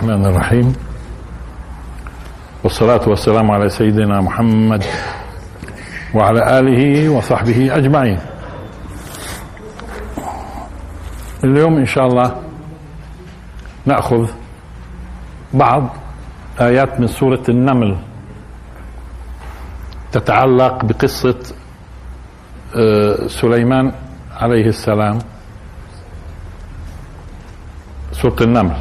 الرحمن الرحيم، والصلاة والسلام على سيدنا محمد وعلى آله وصحبه أجمعين. اليوم إن شاء الله نأخذ بعض آيات من سورة النمل تتعلق بقصة سليمان عليه السلام. سورة النمل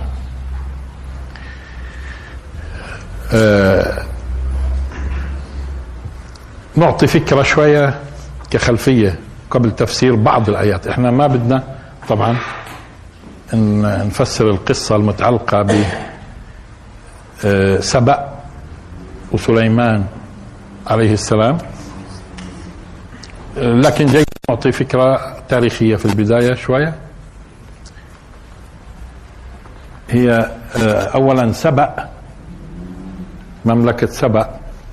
نعطي فكرة شوية كخلفية قبل تفسير بعض الآيات. احنا ما بدنا طبعا نفسر القصة المتعلقة بسبأ وسليمان عليه السلام، لكن جاي نعطي فكرة تاريخية في البداية شوية. هي أولا سبأ، مملكة سبأ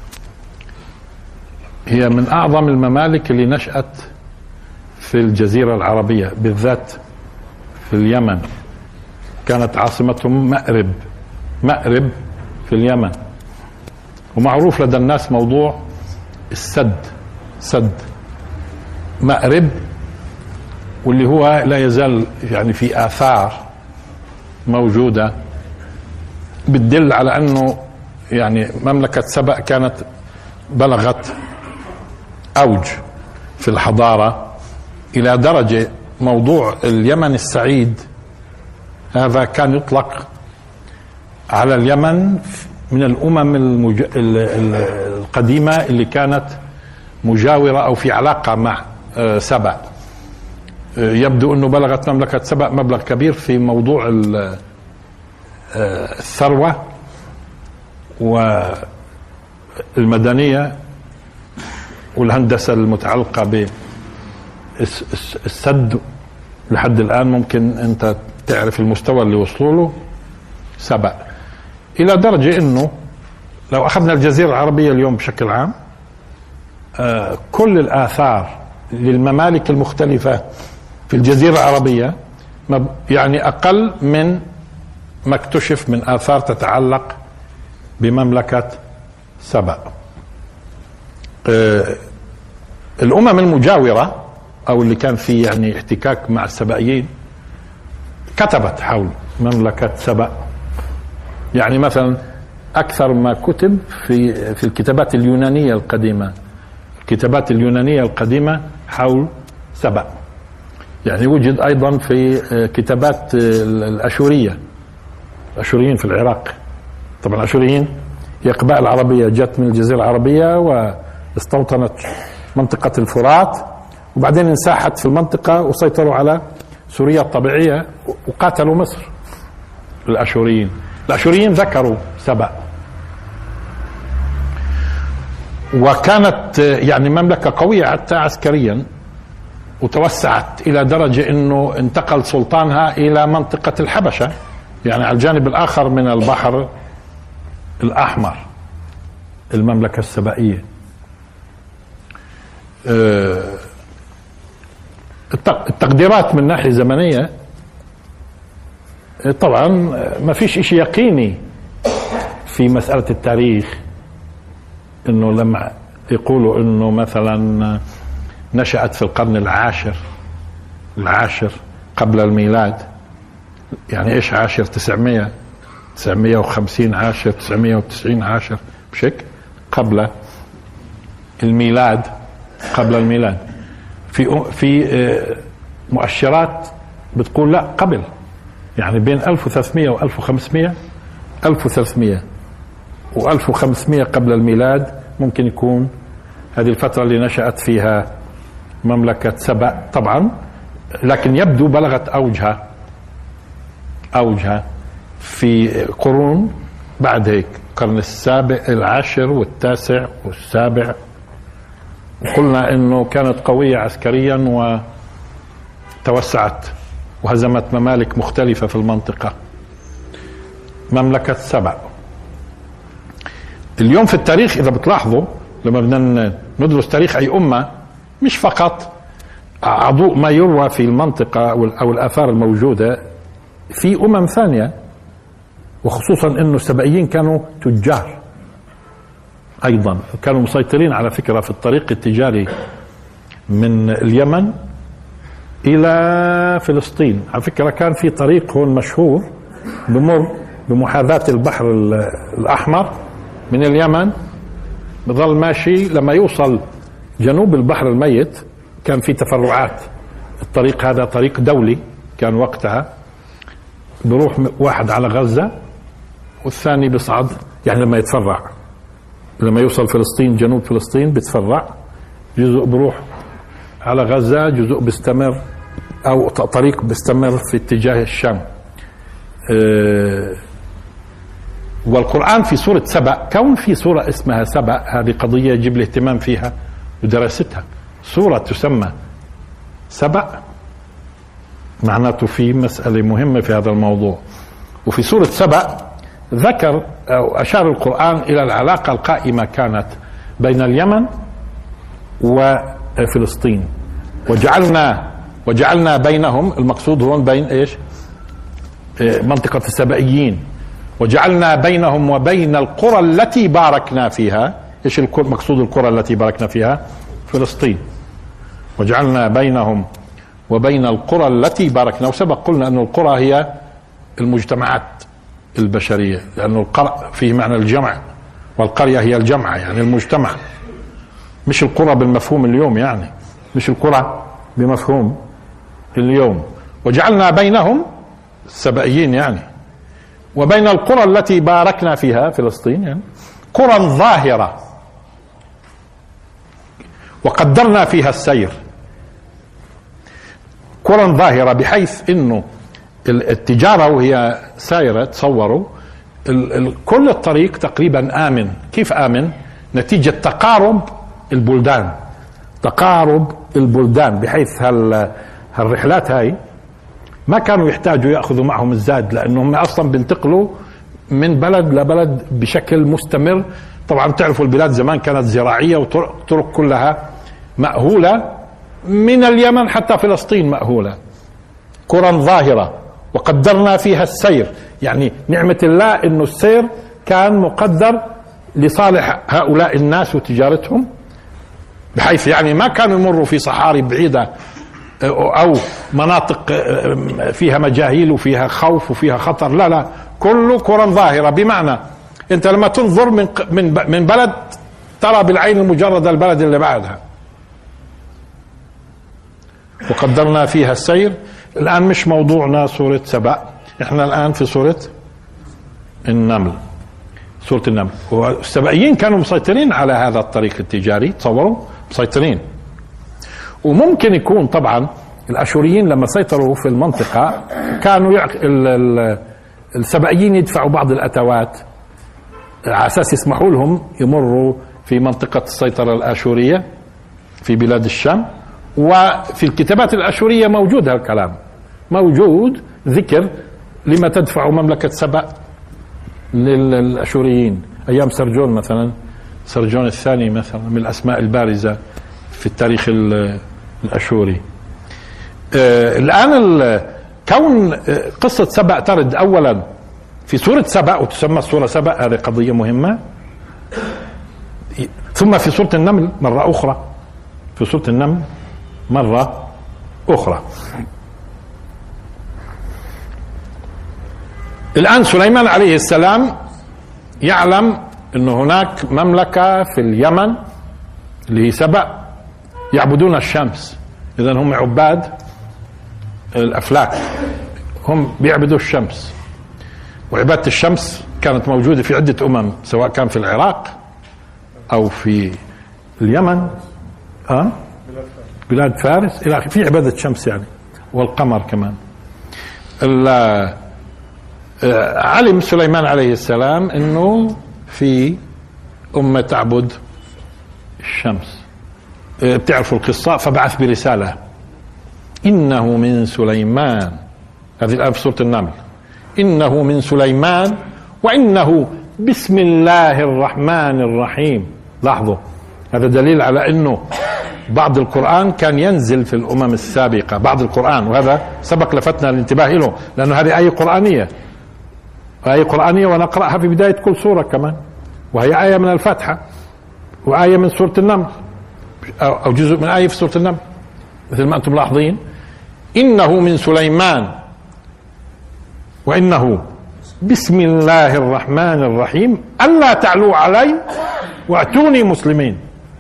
هي من أعظم الممالك اللي نشأت في الجزيرة العربية، بالذات في اليمن. كانت عاصمتهم مأرب في اليمن، ومعروف لدى الناس موضوع سد مأرب، واللي هو لا يزال يعني في آثار موجودة بتدل على أنه يعني مملكة سبأ كانت بلغت أوج في الحضارة، إلى درجة موضوع اليمن السعيد هذا كان يطلق على اليمن من الأمم القديمة اللي كانت مجاورة أو في علاقة مع سبأ. يبدو أنه بلغت مملكة سبأ مبلغ كبير في موضوع الثروة والمدنية والهندسة المتعلقة بالسد. لحد الآن ممكن أنت تعرف المستوى اللي وصلوا له سبأ، إلى درجة أنه لو أخذنا الجزيرة العربية اليوم بشكل عام، كل الآثار للممالك المختلفة في الجزيرة العربية يعني أقل من ما اكتشف من آثار تتعلق بمملكة سبأ. الأمم المجاورة أو اللي كان في يعني احتكاك مع السبائيين كتبت حول مملكة سبأ. يعني مثلا أكثر ما كتب في الكتابات اليونانية القديمة، الكتابات اليونانية القديمة حول سبأ. يعني وجد أيضا في كتابات الأشوريين في العراق. طبعا الأشوريين هي قبائل عربية جت من الجزيرة العربية واستوطنت منطقة الفرات، وبعدين انساحت في المنطقة وسيطروا على سوريا الطبيعية وقاتلوا مصر. الأشوريين ذكروا سبأ، وكانت يعني مملكة قوية حتى عسكريا، وتوسعت إلى درجة أنه انتقل سلطانها إلى منطقة الحبشة، يعني على الجانب الآخر من البحر الأحمر، المملكة السبائية. التقديرات من ناحية زمنية طبعا ما فيش إشي يقيني في مسألة التاريخ، إنه لما يقولوا إنه مثلا نشأت في القرن العاشر قبل الميلاد. يعني إيش عاشر؟ 950 عاشر، 990 عاشر، بشكل قبل الميلاد. في مؤشرات بتقول لا، قبل، يعني بين 1300 و 1500 و1500 قبل الميلاد ممكن يكون هذه الفترة اللي نشأت فيها مملكة سبأ طبعا. لكن يبدو بلغت أوجها في قرون بعد هيك، القرن العاشر والتاسع والسابع. وقلنا انه كانت قوية عسكريا وتوسعت وهزمت ممالك مختلفة في المنطقة. مملكة سبأ اليوم في التاريخ إذا بتلاحظوا لما بدنا ندرس تاريخ أي أمة، مش فقط عضو ما يروى في المنطقة أو الآثار الموجودة، في أمم ثانية وخصوصا انه السبائيين كانوا تجار ايضا، كانوا مسيطرين على فكرة في الطريق التجاري من اليمن الى فلسطين. على فكرة كان في طريق هون مشهور بمر بمحاذاة البحر الاحمر من اليمن، بظل ماشي لما يوصل جنوب البحر الميت. كان في تفرعات، الطريق هذا طريق دولي كان وقتها، بروح واحد على غزة والثاني بيصعد، يعني لما يتفرع، لما يوصل فلسطين جنوب فلسطين بتفرع، جزء بروح على غزة، جزء بيستمر أو طريق بيستمر في اتجاه الشام. والقرآن في سورة سبأ، كون في سورة اسمها سبأ هذه قضية يجب الاهتمام فيها ودراستها. سورة تسمى سبأ معناته في مسألة مهمة في هذا الموضوع. وفي سورة سبأ ذكر أو أشار القرآن إلى العلاقة القائمة كانت بين اليمن وفلسطين، وجعلنا بينهم، المقصود هون بين ايش؟ منطقة السبائيين. وجعلنا بينهم وبين القرى التي باركنا فيها. ايش مقصود القرى التي باركنا فيها؟ فلسطين. وجعلنا بينهم وبين القرى التي باركنا. وسبق قلنا أن القرى هي المجتمعات البشرية، لأن القرى فيه معنى الجمع، والقرية هي الجمعة يعني المجتمع، مش القرى بالمفهوم اليوم، يعني مش القرى بمفهوم اليوم. وجعلنا بينهم السبائيين يعني وبين القرى التي باركنا فيها فلسطين يعني قرى ظاهرة وقدرنا فيها السير. قرى ظاهرة بحيث انه التجارة وهي سايرة، تصوروا كل الطريق تقريبا آمن. كيف آمن؟ نتيجة تقارب البلدان، تقارب البلدان، بحيث هالرحلات هاي ما كانوا يحتاجوا يأخذوا معهم الزاد، لأنهم أصلا بينتقلوا من بلد لبلد بشكل مستمر. طبعا تعرفوا البلاد زمان كانت زراعية وطرق كلها مأهولة، من اليمن حتى فلسطين مأهولة. قرى ظاهرة وقدرنا فيها السير، يعني نعمة الله إنه السير كان مقدر لصالح هؤلاء الناس وتجارتهم، بحيث يعني ما كانوا يمروا في صحاري بعيدة أو مناطق فيها مجاهيل وفيها خوف وفيها خطر. لا لا، كله قرى ظاهرة، بمعنى أنت لما تنظر من بلد ترى بالعين المجردة البلد اللي بعدها. وقدرنا فيها السير. الآن مش موضوعنا سورة سبأ، احنا الآن في سورة النمل. سورة النمل. والسبائيين كانوا مسيطرين على هذا الطريق التجاري، تصوروا مسيطرين. وممكن يكون طبعا الأشوريين لما سيطروا في المنطقة كانوا السبائيين يدفعوا بعض الأتوات على أساس يسمحوا لهم يمروا في منطقة السيطرة الآشورية في بلاد الشام. وفي الكتابات الأشورية موجود هالكلام، موجود ذكر لما تدفع مملكة سبأ للأشوريين أيام سرجون مثلا، سرجون الثاني مثلا من الأسماء البارزة في التاريخ الأشوري. الآن كون قصة سبأ ترد أولا في سورة سبأ وتسمى سورة سبأ، هذه قضية مهمة. ثم في سورة النمل مرة أخرى، في سورة النمل مرة أخرى. الآن سليمان عليه السلام يعلم أن هناك مملكة في اليمن اللي هي سبأ يعبدون الشمس. إذن هم عباد الأفلاك، هم بيعبدوا الشمس. وعبادة الشمس كانت موجودة في عدة أمم، سواء كان في العراق أو في اليمن، بلاد فارس إلى في عبادة شمس يعني، والقمر كمان. علم سليمان عليه السلام أنه في أمة تعبد الشمس، بتعرفوا القصة. فبعث برسالة إنه من سليمان، هذه الآن في سورة النمل، إنه من سليمان وإنه بسم الله الرحمن الرحيم. لاحظوا هذا دليل على أنه بعض القرآن كان ينزل في الأمم السابقة، بعض القرآن، وهذا سبق لفتنا الانتباه له لأنه هذه آية قرآنية. آية قرآنية ونقرأها في بداية كل سورة كمان، وهي آية من الفاتحة وآية من سورة النمل أو جزء من آية في سورة النمل مثل ما أنتم ملاحظين. إنه من سليمان وإنه بسم الله الرحمن الرحيم ألا تعلوا علي وأتوني مسلمين.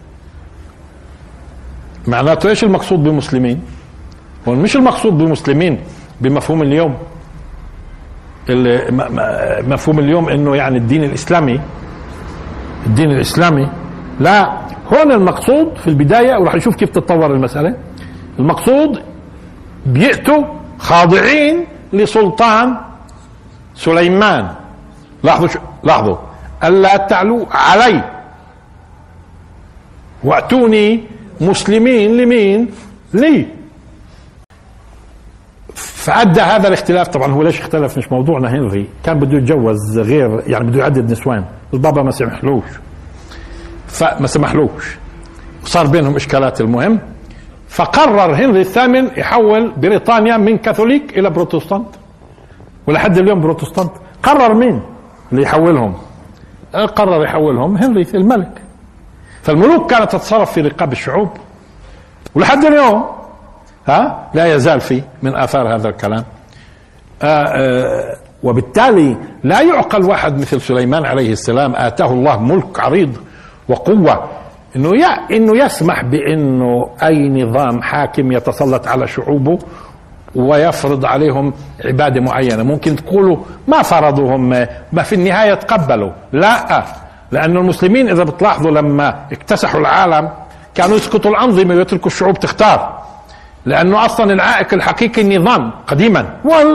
معناته إيش المقصود بمسلمين؟ هو مش المقصود بمسلمين بمفهوم اليوم، مفهوم اليوم إنه يعني الدين الإسلامي، لا، هون المقصود في البداية، وراح نشوف كيف تتطور المسألة. المقصود بيأتوا خاضعين لسلطان سليمان. لاحظوا ألا تعلوا علي وأتوني مسلمين. لمين؟ لي. فأدى هذا الاختلاف. طبعا هو ليش اختلف مش موضوعنا. هنري كان بده يتجوز غير، يعني بده يعدد نسوان، البابا ما سمحلوش، صار بينهم إشكالات. المهم فقرر هنري الثامن يحول بريطانيا من كاثوليك إلى بروتستانت، ولحد اليوم بروتستانت. قرر مين اللي يحولهم؟ قرر يحولهم هنري الملك. فالملوك كانت تتصرف في رقاب الشعوب، ولحد اليوم لا يزال في من آثار هذا الكلام. وبالتالي لا يعقل واحد مثل سليمان عليه السلام آتاه الله ملك عريض وقوة انه يسمح بانه اي نظام حاكم يتسلط على شعوبه ويفرض عليهم عبادة معينة. ممكن تقولوا ما فرضوهم، ما في النهاية تقبلوا. لا، لأن المسلمين إذا بتلاحظوا لما اكتسحوا العالم كانوا يسقطوا الأنظمة ويتركوا الشعوب تختار، لأنه أصلا العائق الحقيقي النظام قديما.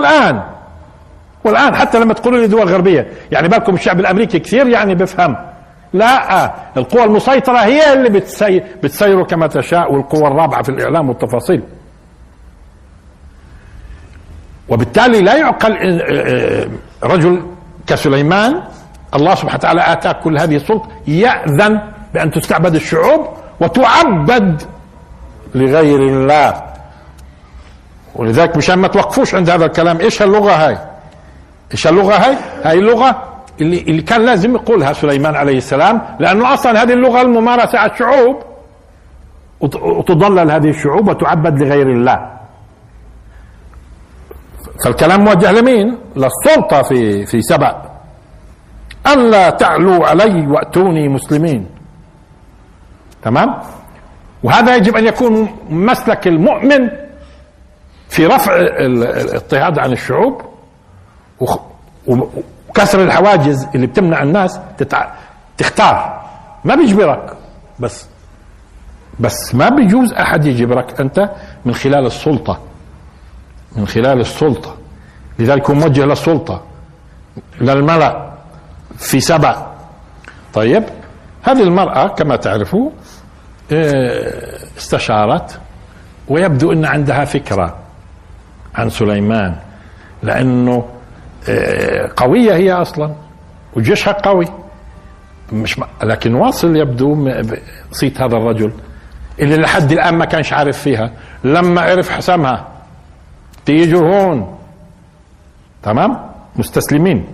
والآن حتى لما تقولوا لي دول غربية، يعني بالكم الشعب الأمريكي كثير يعني بفهم، لا، القوى المسيطرة هي اللي بتسيره كما تشاء، والقوى الرابعة في الإعلام والتفاصيل. وبالتالي لا يعقل رجل كسليمان الله سبحانه وتعالى آتاه كل هذه السلطة يأذن بأن تستعبد الشعوب وتعبد لغير الله. ولذلك مشان ما توقفوش عند هذا الكلام، ايش اللغة هاي؟ هاي اللغة اللي كان لازم يقولها سليمان عليه السلام، لأنه أصلا هذه اللغة الممارسة على الشعوب، وتضلل هذه الشعوب وتعبد لغير الله. فالكلام موجه لمين؟ للسلطة في سبأ. ألا تعلوا علي وأتوني مسلمين. تمام؟ وهذا يجب أن يكون مسلك المؤمن في رفع الاضطهاد عن الشعوب وكسر الحواجز اللي بتمنع الناس تختار. ما بيجبرك، بس ما بيجوز أحد يجبرك أنت من خلال السلطة. لذلك هو موجه للسلطة، للملأ في سبأ. طيب، هذه المرأة كما تعرفوا استشارت، ويبدو أن عندها فكرة عن سليمان، لأنه قوية هي أصلا وجيشها قوي، لكن واصل يبدو صيت هذا الرجل اللي لحد الآن ما كانش عارف فيها. لما عرف حسمها تيجوا هون، تمام، مستسلمين.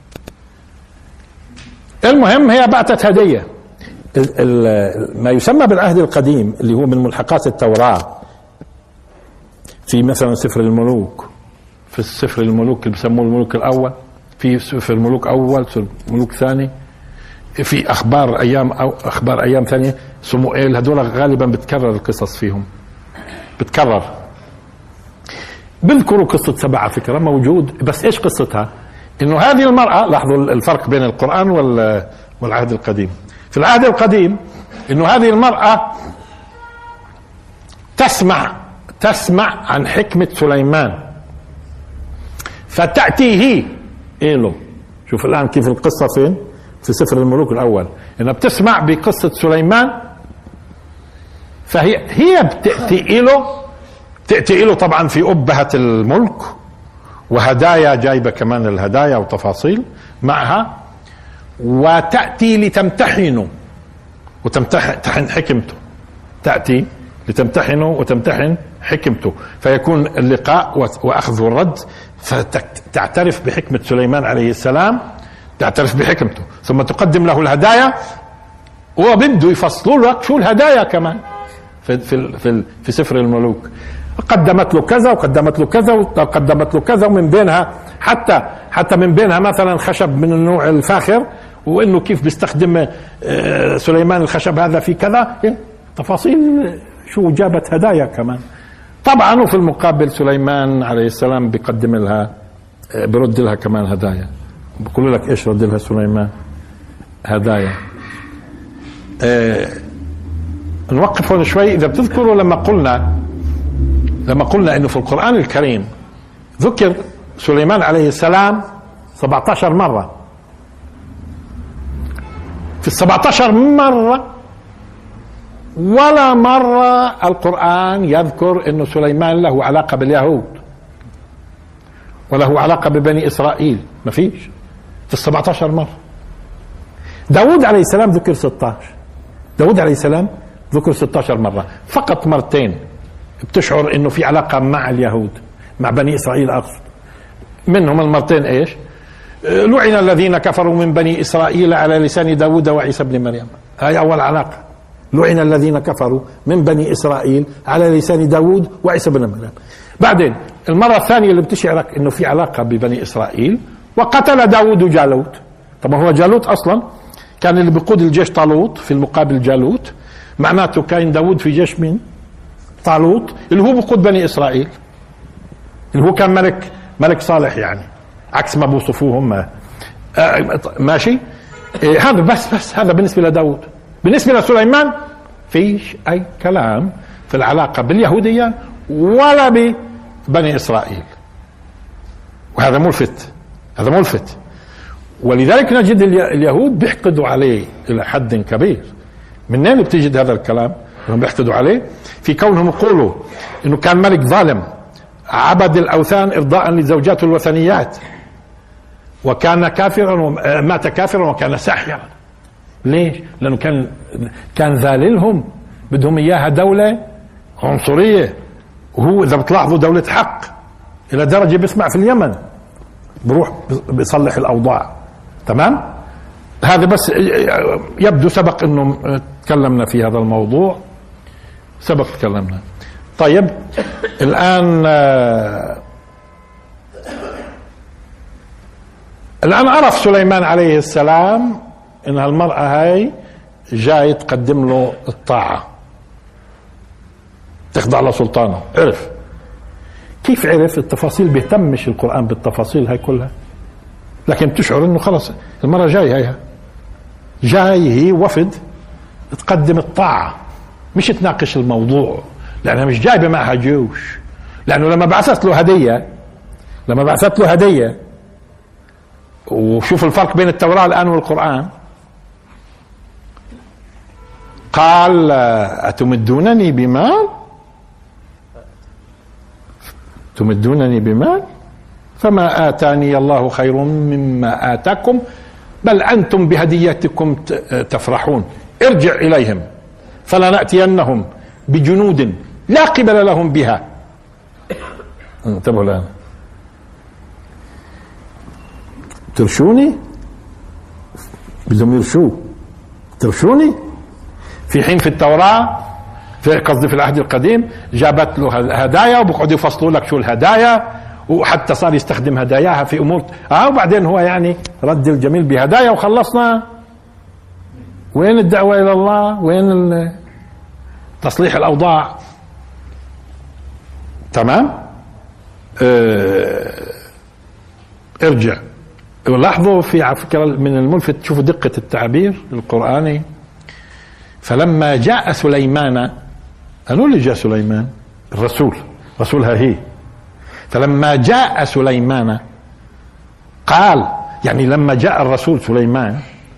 المهم هي بعتت هدية، ما يسمى بالعهد القديم اللي هو من ملحقات التوراة، في مثلا سفر الملوك، في سفر الملوك اللي بسموه الملوك الأول، في سفر الملوك أول، سفر الملوك ثاني، في أخبار أيام ثانية، صموئيل. هذول غالبا بتكرر القصص فيهم، بتكرر. بذكروا قصة سبأ على فكرة موجود، بس إيش قصتها؟ إنه هذه المرأة، لاحظوا الفرق بين القرآن والعهد القديم. في العهد القديم إنه هذه المرأة تسمع عن حكمة سليمان، فتأتيه له. شوف الآن كيف القصة فين؟ في سفر الملوك الأول، إنها بتسمع بقصة سليمان، فهي بتأتي له طبعا في أبهة الملك، وهدايا جايبة كمان الهدايا وتفاصيل معها، وتأتي لتمتحنه وتمتحن حكمته. تأتي لتمتحنه وتمتحن حكمته، فيكون اللقاء وأخذ الرد فتعترف بحكمة سليمان عليه السلام، تعترف بحكمته، ثم تقدم له الهدايا، وبده يفصلوا لك شو الهدايا كمان في سفر الملوك. قدمت له كذا وقدمت له كذا وقدمت له كذا، ومن بينها حتى من بينها مثلا خشب من النوع الفاخر، وانه كيف بيستخدم سليمان الخشب هذا في كذا، تفاصيل شو جابت هدايا كمان. طبعا وفي المقابل سليمان عليه السلام بيقدم لها، برد لها كمان هدايا. بقول لك ايش رد لها سليمان؟ هدايا. نوقف هون شوي. اذا بتذكروا لما قلنا انه في القرآن الكريم ذكر سليمان عليه السلام 17 مرة. في 17 مرة ولا مرة القرآن يذكر انه سليمان له علاقة باليهود وله علاقة ببني اسرائيل، ما فيش. في 17 مرة. داود عليه السلام ذكر 16. داود عليه السلام ذكر 16 مرة، فقط مرتين بتشعر انه في علاقة مع اليهود، مع بني اسرائيل اقصد. منهم المرتين ايش؟ لعن الذين كفروا من بني اسرائيل على لسان داود وعيسى بن مريم. هاي اول علاقة. لعن الذين كفروا من بني اسرائيل على لسان داود وعيسى بن مريم. بعدين المرة الثانية اللي بتشعرك انه في علاقة ببني اسرائيل، وقتل داود جالوت. طبعا هو جالوت اصلا كان اللي بيقود الجيش طالوت في المقابل جالوت، معناته كان داود في جيش مين؟ طالوت اللي هو بيقود بني اسرائيل، اللي هو كان ملك صالح، يعني عكس ما بوصفوهم. ماشي. هذا بس هذا بالنسبة لداود. بالنسبة لسليمان فيش اي كلام في العلاقة باليهودية ولا ببني اسرائيل، وهذا ملفت. ولذلك نجد اليهود بيحقدوا عليه الى حد كبير. منين بتجد هذا الكلام؟ هم بيحقدوا عليه في كونهم يقولوا انه كان ملك ظالم عبد الاوثان ارضاء لزوجاته الوثنيات، وكان كافرا، مات كافرا وكان ساحرا. ليش؟ لانه كان ذاللهم، بدهم اياها دولة عنصرية، وهو اذا بتلاحظوا دولة حق الى درجة بيسمع في اليمن بروح بيصلح الاوضاع. تمام؟ هذا بس يبدو سبق انه تكلمنا في هذا الموضوع، تكلمنا. طيب الان عرف سليمان عليه السلام ان هالمرأة هاي جاي تقدم له الطاعة، تخضع لسلطانه. عرف. كيف عرف؟ التفاصيل بيهتمش القرآن بالتفاصيل هاي كلها، لكن تشعر انه خلص المرة جاي هي وفد تقدم الطاعة، مش تناقش الموضوع، لأنها مش جايبة معها جيوش. لأنه لما بعثت له هدية، وشوف الفرق بين التوراة الآن والقرآن، قال أتمدونني بمال فما آتاني الله خير مما آتاكم بل أنتم بهديتكم تفرحون. ارجع إليهم فلنأتينهم بجنود لا قبل لهم بها. انتبهوا الآن. ترشوني، بدهم ترشوني، في حين في التوراة قصدي في العهد القديم جابت له هدايا، وبقعدوا يفصلوا لك شو الهدايا، وحتى صار يستخدم هداياها في امور وبعدين هو يعني رد الجميل بهدايا وخلصنا. وين الدعوة الى الله؟ وين تصليح الاوضاع؟ تمام. ارجع. لاحظوا على فكرة من الملفت، تشوفوا دقة التعبير القرآني. فلما جاء سليمان، قالوا اللي جاء سليمان رسولها هي. فلما جاء سليمان قال، يعني لما جاء الرسول سليمان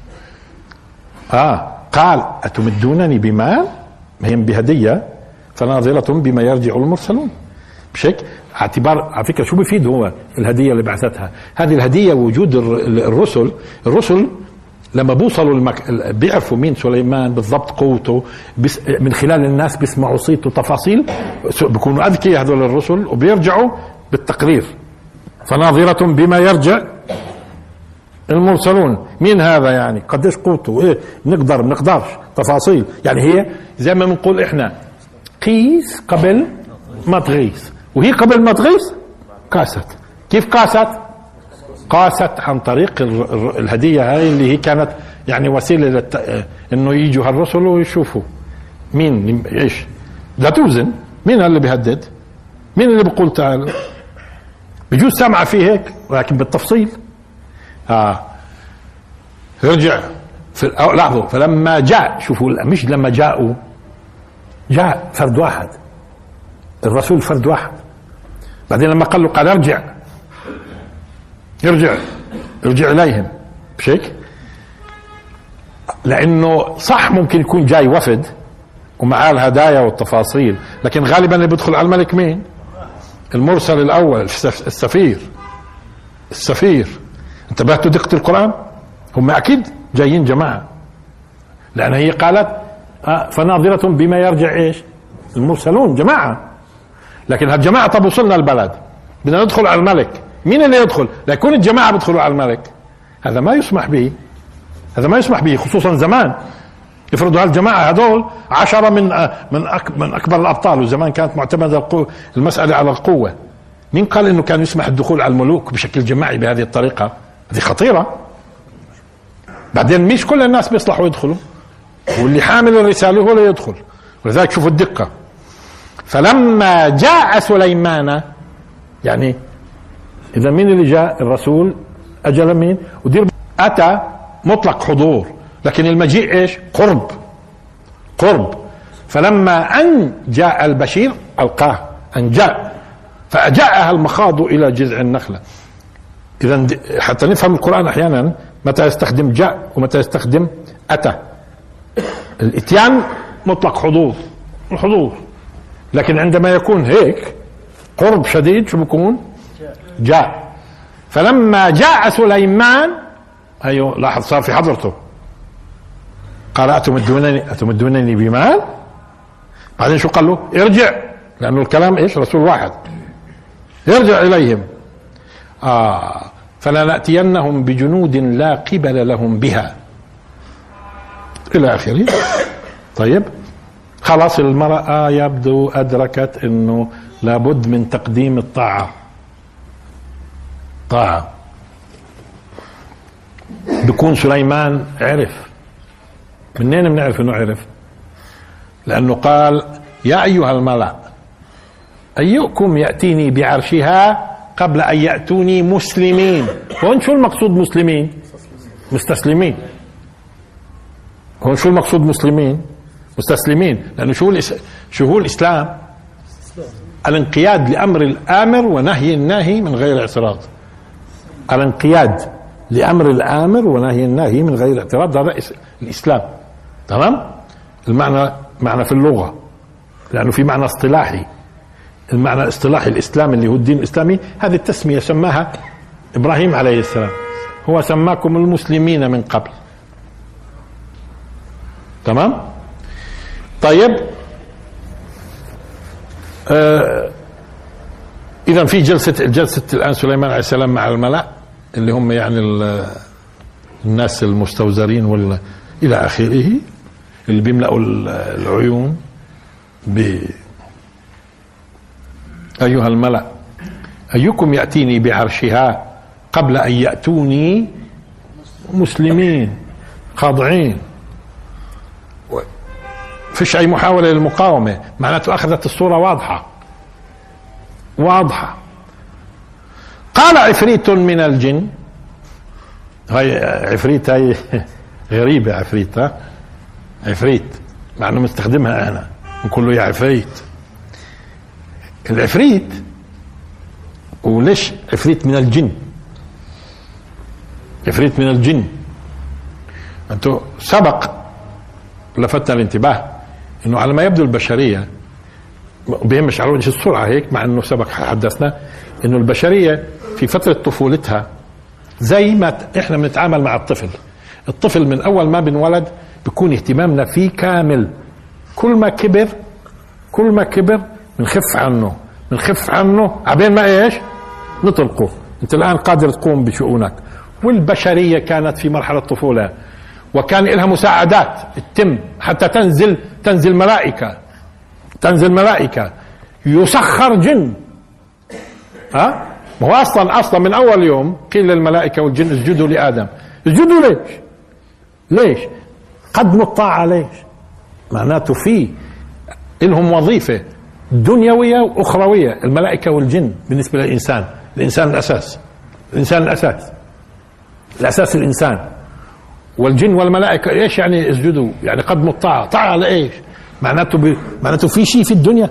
قال أتمدونني بمال، ما هي بهدية، فناظرة بما يرجع المرسلون. بشكل اعتبار على فكرة شو بيفيد هو الهدية اللي بعثتها؟ هذه الهدية وجود الرسل لما بوصلوا بيعرفوا مين سليمان بالضبط، قوته، من خلال الناس بيسمعوا صيته، تفاصيل، بيكونوا أذكياء هذول الرسل، وبيرجعوا بالتقرير فناظرة بما يرجع المرسلون. مين هذا يعني؟ قديش قوته؟ ايه نقدر ما نقدرش تفاصيل. يعني هي زي ما بنقول احنا قيس قبل ما تغيث، وهي قبل ما تغيث قاست. كيف قاست؟ قاست عن طريق الهدية هاي اللي هي كانت يعني وسيلة انه يجوا هالرسل ويشوفوا مين ايش. لا توزن مين اللي بيهدد، مين اللي بيقول تعال. بجوز سامعة فيه هيك ولكن بالتفصيل. يرجع في لاحظوا، فلما جاء، شوفوا مش لما جاءوا، جاء فرد واحد، الرسول فرد واحد. بعدين لما قال له قال ارجع اليهم، مش هيك؟ لانه صح ممكن يكون جاي وفد ومعاه الهدايا والتفاصيل، لكن غالبا اللي بيدخل على الملك مين؟ المرسل الاول، السفير. انتبهتوا دقة القرآن؟ هم اكيد جايين جماعة، لان هي قالت فناظرة بما يرجع ايش؟ المرسلون جماعة. لكن هالجماعة طب وصلنا البلد بدنا ندخل على الملك، مين اللي يدخل؟ لا يكون الجماعة بيدخلوا على الملك، هذا ما يسمح به، هذا ما يسمح به، خصوصا زمان. افرضوا هالجماعة هذول 10 من أكبر الأبطال، وزمان كانت معتمدة المسألة على القوة. مين قال إنه كان يسمح الدخول على الملوك بشكل جماعي بهذه الطريقة؟ هذه خطيرة. بعدين مش كل الناس بيصلحوا يدخلوا، واللي حامل الرسالة هو اللي يدخل. ولذلك شوفوا الدقة. فلما جاء سليمان، يعني إذا مين اللي جاء؟ الرسول. أجل مين؟ ودير أتى مطلق حضور، لكن المجيء إيش؟ قرب. فلما أن جاء البشير ألقاه، أن جاء فأجاءها المخاض إلى جذع النخلة. إذا حتى نفهم القرآن أحيانا متى يستخدم جاء ومتى يستخدم أتى. الإتيان مطلق الحضور، لكن عندما يكون هيك قرب شديد شو بيكون؟ جاء. فلما جاء سليمان، ايوه لاحظ صار في حضرته، قال أتمدونني بمال. بعدين شو قال له؟ ارجع، لأنه الكلام ايش؟ رسول واحد. ارجع إليهم فلنأتينهم بجنود لا قبل لهم بها إلى آخره. طيب خلاص المرأة يبدو أدركت أنه لابد من تقديم الطاعة. بكون سليمان عرف. منين بنعرف أنه عرف؟ لأنه قال يا أيها الملأ أيكم يأتيني بعرشها قبل أن يأتوني مسلمين. هون شو المقصود مسلمين؟ مستسلمين. هون شو المقصود مسلمين؟ مستسلمين. لأنه شو هو الإسلام؟ الانقياد لأمر الآمر ونهي الناهي من غير اعتراض. الانقياد لأمر الآمر ونهي الناهي من غير اعتراض، هذا الإسلام. تمام؟ المعنى معنى في اللغة، لأنه في معنى اصطلاحي. المعنى الاصطلاحي الإسلام اللي هو الدين الإسلامي، هذه التسمية سماها إبراهيم عليه السلام، هو سماكم المسلمين من قبل. تمام؟ طيب إذا في جلسة الآن سليمان عليه السلام مع الملأ اللي هم يعني الناس المستوزرين إلى آخره، اللي بيملأوا العيون أيها الملأ أيكم يأتيني بعرشها قبل أن يأتوني مسلمين خاضعين. فيش أي محاولة للمقاومة، معناته أخذت الصورة واضحة. قال عفريت من الجن، هاي عفريت هاي غريبة، عفريت مع أنه مستخدمها أنا نقول له يا عفريت. العفريت، وليش عفريت من الجن؟ عفريت من الجن، أنتوا سبق لفتنا الانتباه انه على ما يبدو البشريه بيهمش على وجه السرعه هيك، مع انه سبق حدثنا انه البشريه في فتره طفولتها زي ما احنا بنتعامل مع الطفل من اول ما بنولد بيكون اهتمامنا فيه كامل. كل ما كبر بنخف عنه عبين ما ايش؟ نطلقه. انت الان قادر تقوم بشؤونك. والبشريه كانت في مرحله الطفوله، وكان لها مساعدات تتم حتى تنزل ملائكه يسخر جن. ها ما هو اصلا من اول يوم قيل للملائكه والجن اسجدوا لادم. اسجدوا ليش؟ قدموا الطاعه. ليش؟ معناته في لهم وظيفه دنيويه واخرويه، الملائكه والجن بالنسبه للانسان. الانسان الاساس الانسان، والجن والملائكه ايش يعني اسجدوا؟ يعني قدموا الطاعه. طاعه لايش؟ معناته في شيء في الدنيا،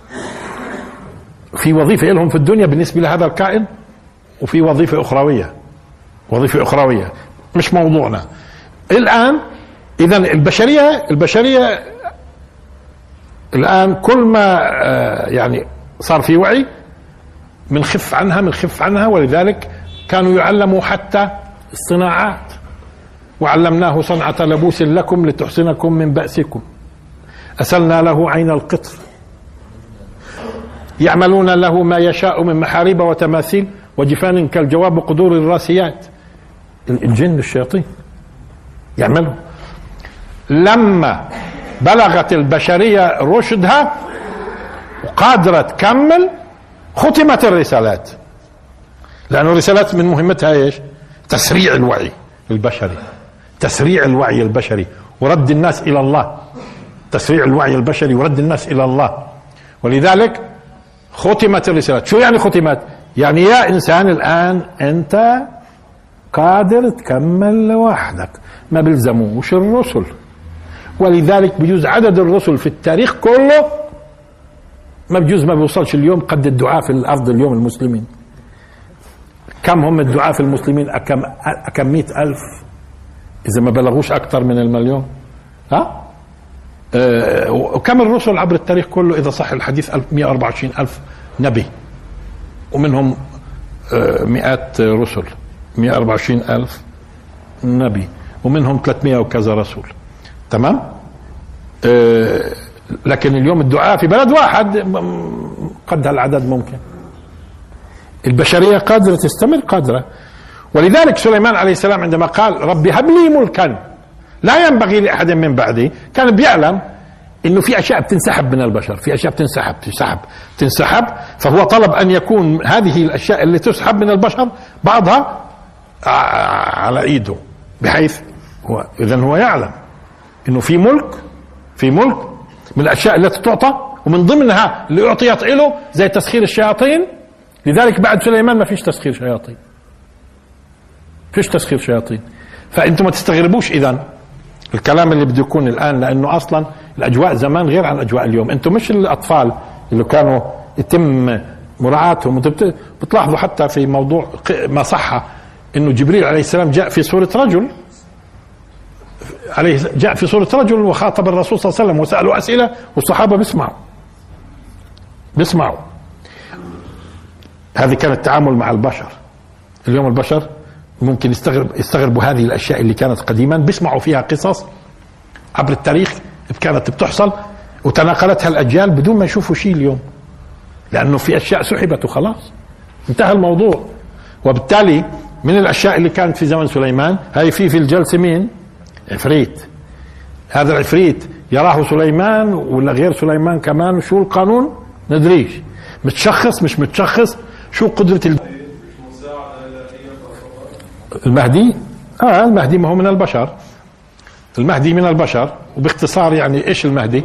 في وظيفه لهم في الدنيا بالنسبه لهذا الكائن، وفي وظيفه اخرويه مش موضوعنا الان. اذا البشريه الان كل ما يعني صار في وعي بنخف عنها، ولذلك كانوا يعلموا حتى الصناعات. وعلمناه صنعة لبوس لكم لتحصنكم من بأسكم، أسلنا له عين القطر، يعملون له ما يشاء من محاريب وتماثيل وجفان كالجواب وقدور الراسيات. الجن الشياطين يعملوا. لما بلغت البشرية رشدها وقادرة تكمل، ختمت الرسالات، لأن الرسالات من مهمتها ايش؟ تسريع الوعي البشري ورد الناس إلى الله. ولذلك ختمت الرسالات. شو يعني ختمت؟ يعني يا إنسان الآن أنت قادر تكمل لوحدك، ما بيلزموش الرسل. ولذلك بيجوز عدد الرسل في التاريخ كله ما بيوصلش اليوم قد الدعاء في الأرض اليوم المسلمين. كم هم الدعاء في المسلمين؟ كم 100,000 إذا ما بلغوش أكثر من 1,000,000. وكم الرسل عبر التاريخ كله إذا صح الحديث؟ 124,000 نبي، ومنهم 100 رسل. 124,000 نبي ومنهم 300 وكذا رسول. تمام. لكن اليوم الدعاء في بلد واحد قد هالعدد ممكن. البشرية قادرة تستمر، قادرة. ولذلك سليمان عليه السلام عندما قال ربي هب لي ملكا لا ينبغي لأحد من بعدي، كان بيعلم انه في اشياء بتنسحب من البشر، في اشياء بتنسحب، فهو طلب ان يكون هذه الاشياء اللي تسحب من البشر بعضها على ايده، بحيث هو يعلم انه في ملك من الاشياء التي تعطى، ومن ضمنها اللي اعطيت له زي تسخير الشياطين. لذلك بعد سليمان ما فيش تسخير شياطين. فانتم ما تستغربوش اذا الكلام اللي بده يكون الان، لانه اصلا الاجواء زمان غير عن اجواء اليوم. انتم مش الاطفال اللي كانوا يتم مراعاتهم. بتلاحظوا حتى في موضوع ما صح انه جبريل عليه السلام جاء في صورة رجل وخاطب الرسول صلى الله عليه وسلم وسألوا أسئلة، والصحابة بيسمعوا. هذه كان التعامل مع البشر. اليوم البشر ممكن يستغربوا هذه الأشياء اللي كانت قديما، بيسمعوا فيها قصص عبر التاريخ كانت بتحصل وتناقلتها الأجيال بدون ما يشوفوا شيء اليوم، لأنه في أشياء سحبت وخلاص انتهى الموضوع. وبالتالي من الأشياء اللي كانت في زمن سليمان هاي في الجلسة مين؟ عفريت. هذا العفريت يراه سليمان ولا غير سليمان كمان، شو القانون ندريش، متشخص مش متشخص، شو قدرة المهدي. المهدي ما هو من البشر، المهدي من البشر. وباختصار يعني ايش المهدي؟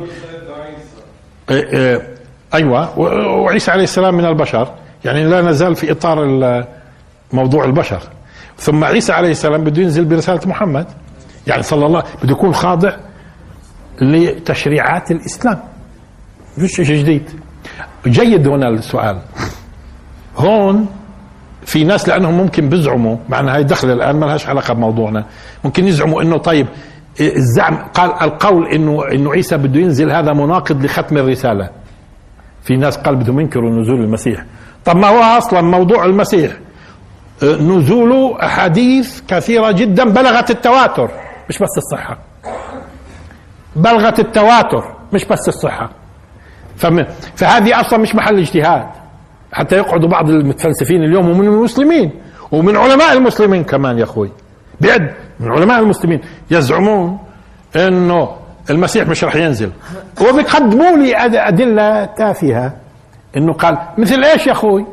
ايوه، وعيسى عليه السلام من البشر، يعني لا نزال في اطار موضوع البشر. ثم عيسى عليه السلام بده ينزل برسالة محمد، يعني صلى الله بده يكون خاضع لتشريعات الإسلام، مش شيء جديد. جيد هنا السؤال. هون في ناس لأنهم ممكن بيزعموا، مع أن هاي دخل الآن ما لهاش علاقة بموضوعنا، ممكن يزعموا إنه طيب الزعم القول إنه عيسى بده ينزل هذا مناقض لختم الرسالة. في ناس قال بدهم ينكروا نزول المسيح. طب ما هو أصلا موضوع المسيح نزول أحاديث كثيرة جدا بلغت التواتر، مش بس الصحة، بلغت التواتر مش بس الصحة. فهذه أصلا مش محل اجتهاد، حتى يقعدوا بعض المتفلسفين اليوم ومن المسلمين ومن علماء المسلمين كمان يا اخوي، بعد من علماء المسلمين يزعمون انه المسيح مش رح ينزل، وبيقدموا لي ادله تافهه انه قال مثل ايش يا اخوي؟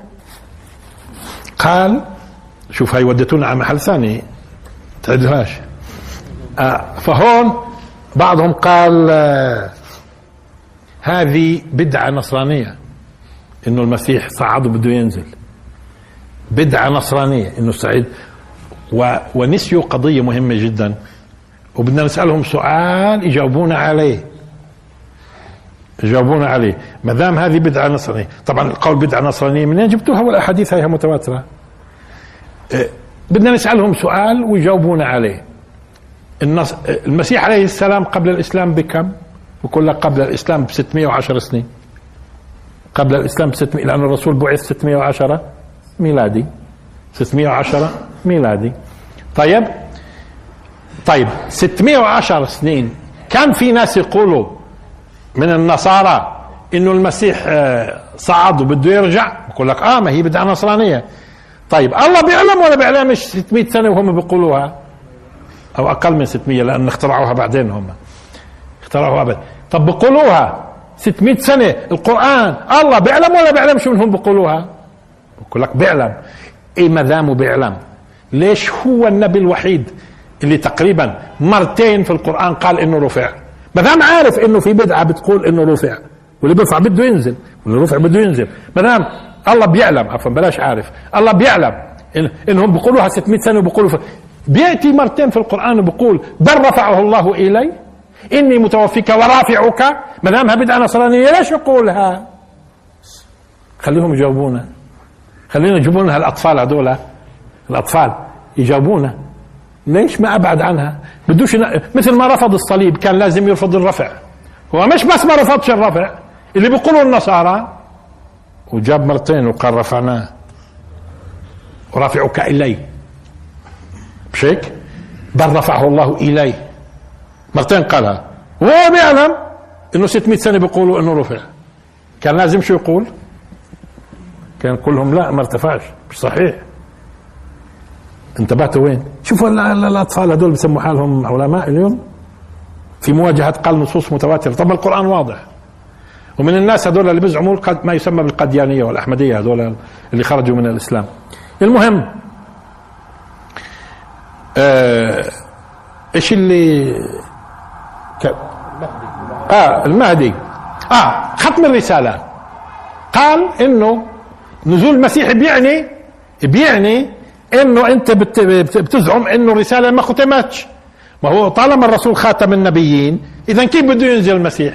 قال شوف هاي ودتونا على محل ثاني تعدلهاش. فهون بعضهم قال هذه بدعة نصرانية انه المسيح صعد وبده ينزل، بدعة نصرانية انه صعد، ونسيوا قضية مهمة جدا وبدنا نسألهم سؤال يجاوبونا عليه، يجاوبونا عليه. ما دام هذه بدعة نصرانية، طبعا القول بدعة نصرانية منين جبتوها والاحاديث هيها متواترة؟ بدنا نسألهم سؤال ويجاوبونا عليه. المسيح عليه السلام قبل الإسلام بكم؟ بقول لك قبل الإسلام ب 610 سنين، قبل الإسلام ب 600، لأن الرسول بعث 610 ميلادي، 610 ميلادي. طيب 610 سنين كان في ناس يقولوا من النصارى إنه المسيح صعد وبده يرجع، بقول لك ما هي بدعة نصرانية. طيب الله بيعلم ولا بيعلمش 600 سنة وهم بيقولوها؟ أو أقل من 600، لأن اخترعوها بعدين، هم اخترعوها بعدين. طب بيقولوها 600 سنة القرآن، الله بيعلم ولا بيعلمش منهم بيقولوها؟ بقول لك بيعلم. ما دامه بيعلم، ليش هو النبي الوحيد اللي تقريبا مرتين في القرآن قال إنه رفع؟ ما دام عارف إنه في بدعة بتقول إنه رفع، واللي بيرفع بده ينزل، واللي رفع بده ينزل. ما دام الله بيعلم، عفوا بلاش عارف، الله بيعلم إنهم بيقولوها 600 سنة وبيقولوا بيأتي مرتين في القرآن وبيقول بل رفعه الله إلي إني متوفيك ورافعك. ما دامها بدعة نصرانية ليش يقولها؟ خليهم يجاوبونا، خلينا يجيبوا لنا الأطفال هذول، الأطفال يجاوبونا ليش ما أبعد عنها. بدوش مثل ما رفض الصليب كان لازم يرفض الرفع، هو مش بس ما رفضش الرفع اللي بيقولوا النصارى، وجاب مرتين وقال رفعناه ورافعك إلي، مش هيك؟ بل رفعه الله إلي، مرتين قالها، وهو بيعلم انه 600 سنة بيقولوا انه رفع. كان لازم شو يقول؟ كان يقول لهم لا ما ارتفعش، مش صحيح. انتبهتوا وين؟ شوفوا الاطفال هذول بسموا حالهم علماء اليوم في مواجهة قال نصوص متواترة. طب القرآن واضح. ومن الناس هذول اللي بيزعموا ما يسمى بالقديانية والأحمدية، هذول اللي خرجوا من الإسلام. المهم ايش اللي المهدي ختم الرسالة. قال انه نزول المسيح بيعني انه انت بتزعم انه الرسالة ما ختمتش. ما هو طالما الرسول خاتم النبيين، اذا كيف بده ينزل المسيح؟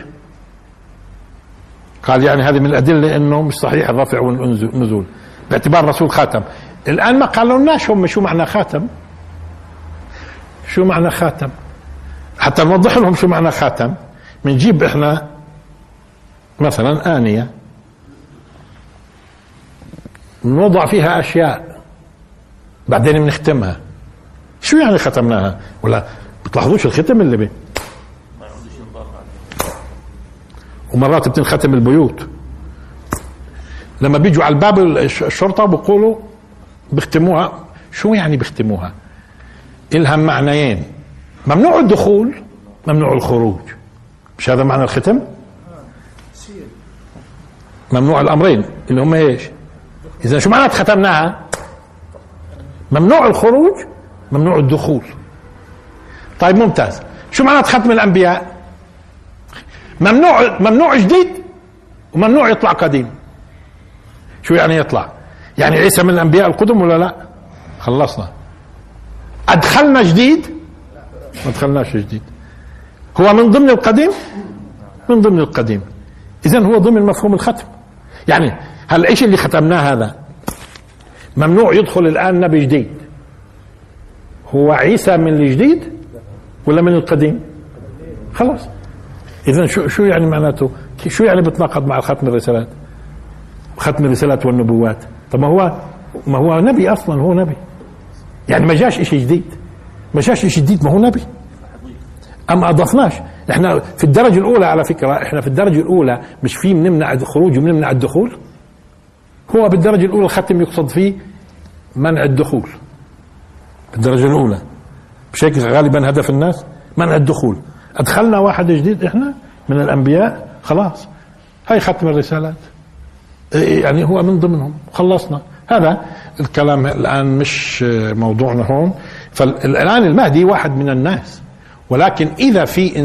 قال يعني هذه من الادلة انه مش صحيح الرفع والنزول باعتبار الرسول خاتم. الان ما قالوا لناش هم شو معنى خاتم، شو معنى خاتم، حتى نوضح لهم شو معنى خاتم. بنجيب احنا مثلا آنية نوضع فيها اشياء بعدين بنختمها، شو يعني ختمناها؟ ولا بتلاحظوش الختم اللي بيه؟ ومرات بتنختم البيوت، لما بيجوا على الباب الشرطة بيقولوا بيختموها. شو يعني بيختموها؟ إلها معنيين، ممنوع الدخول ممنوع الخروج، مش هذا معنى الختم؟ ممنوع الأمرين اللي هم ايش؟ إذا شو معنى ختمناها؟ ممنوع الخروج ممنوع الدخول. طيب ممتاز. شو معنى ختم الأنبياء؟ ممنوع جديد وممنوع يطلع قديم. شو يعني يطلع؟ يعني عيسى من الأنبياء القدم ولا لا؟ خلصنا. أدخلنا جديد؟ ما دخلناش جديد. هو من ضمن القديم؟ من ضمن القديم. إذن هو ضمن مفهوم الختم. يعني هالعيش اللي ختمناه هذا ممنوع يدخل الآن نبي جديد. هو عيسى من الجديد ولا من القديم؟ خلاص. إذن شو يعني معناته؟ شو يعني بتناقض مع ختم الرسالات؟ ختم الرسالات والنبوات. طب ما هو نبي أصلا، هو نبي. يعني ما جاش إشي جديد، ما جاش إشي جديد، ما هو نبي. أما أضفناش. إحنا في الدرجة الأولى على فكرة، إحنا في الدرجة الأولى مش في بنمنع الخروج وبنمنع الدخول. هو بالدرجة الأولى الختم يقصد فيه منع الدخول بالدرجة الأولى، مش هيك غالبا هدف الناس؟ منع الدخول. أدخلنا واحد جديد إحنا من الأنبياء، خلاص هاي ختم الرسالات، يعني هو من ضمنهم، خلصنا. هذا الكلام الآن مش موضوعنا هون. فالآن المهدي واحد من الناس، ولكن إذا في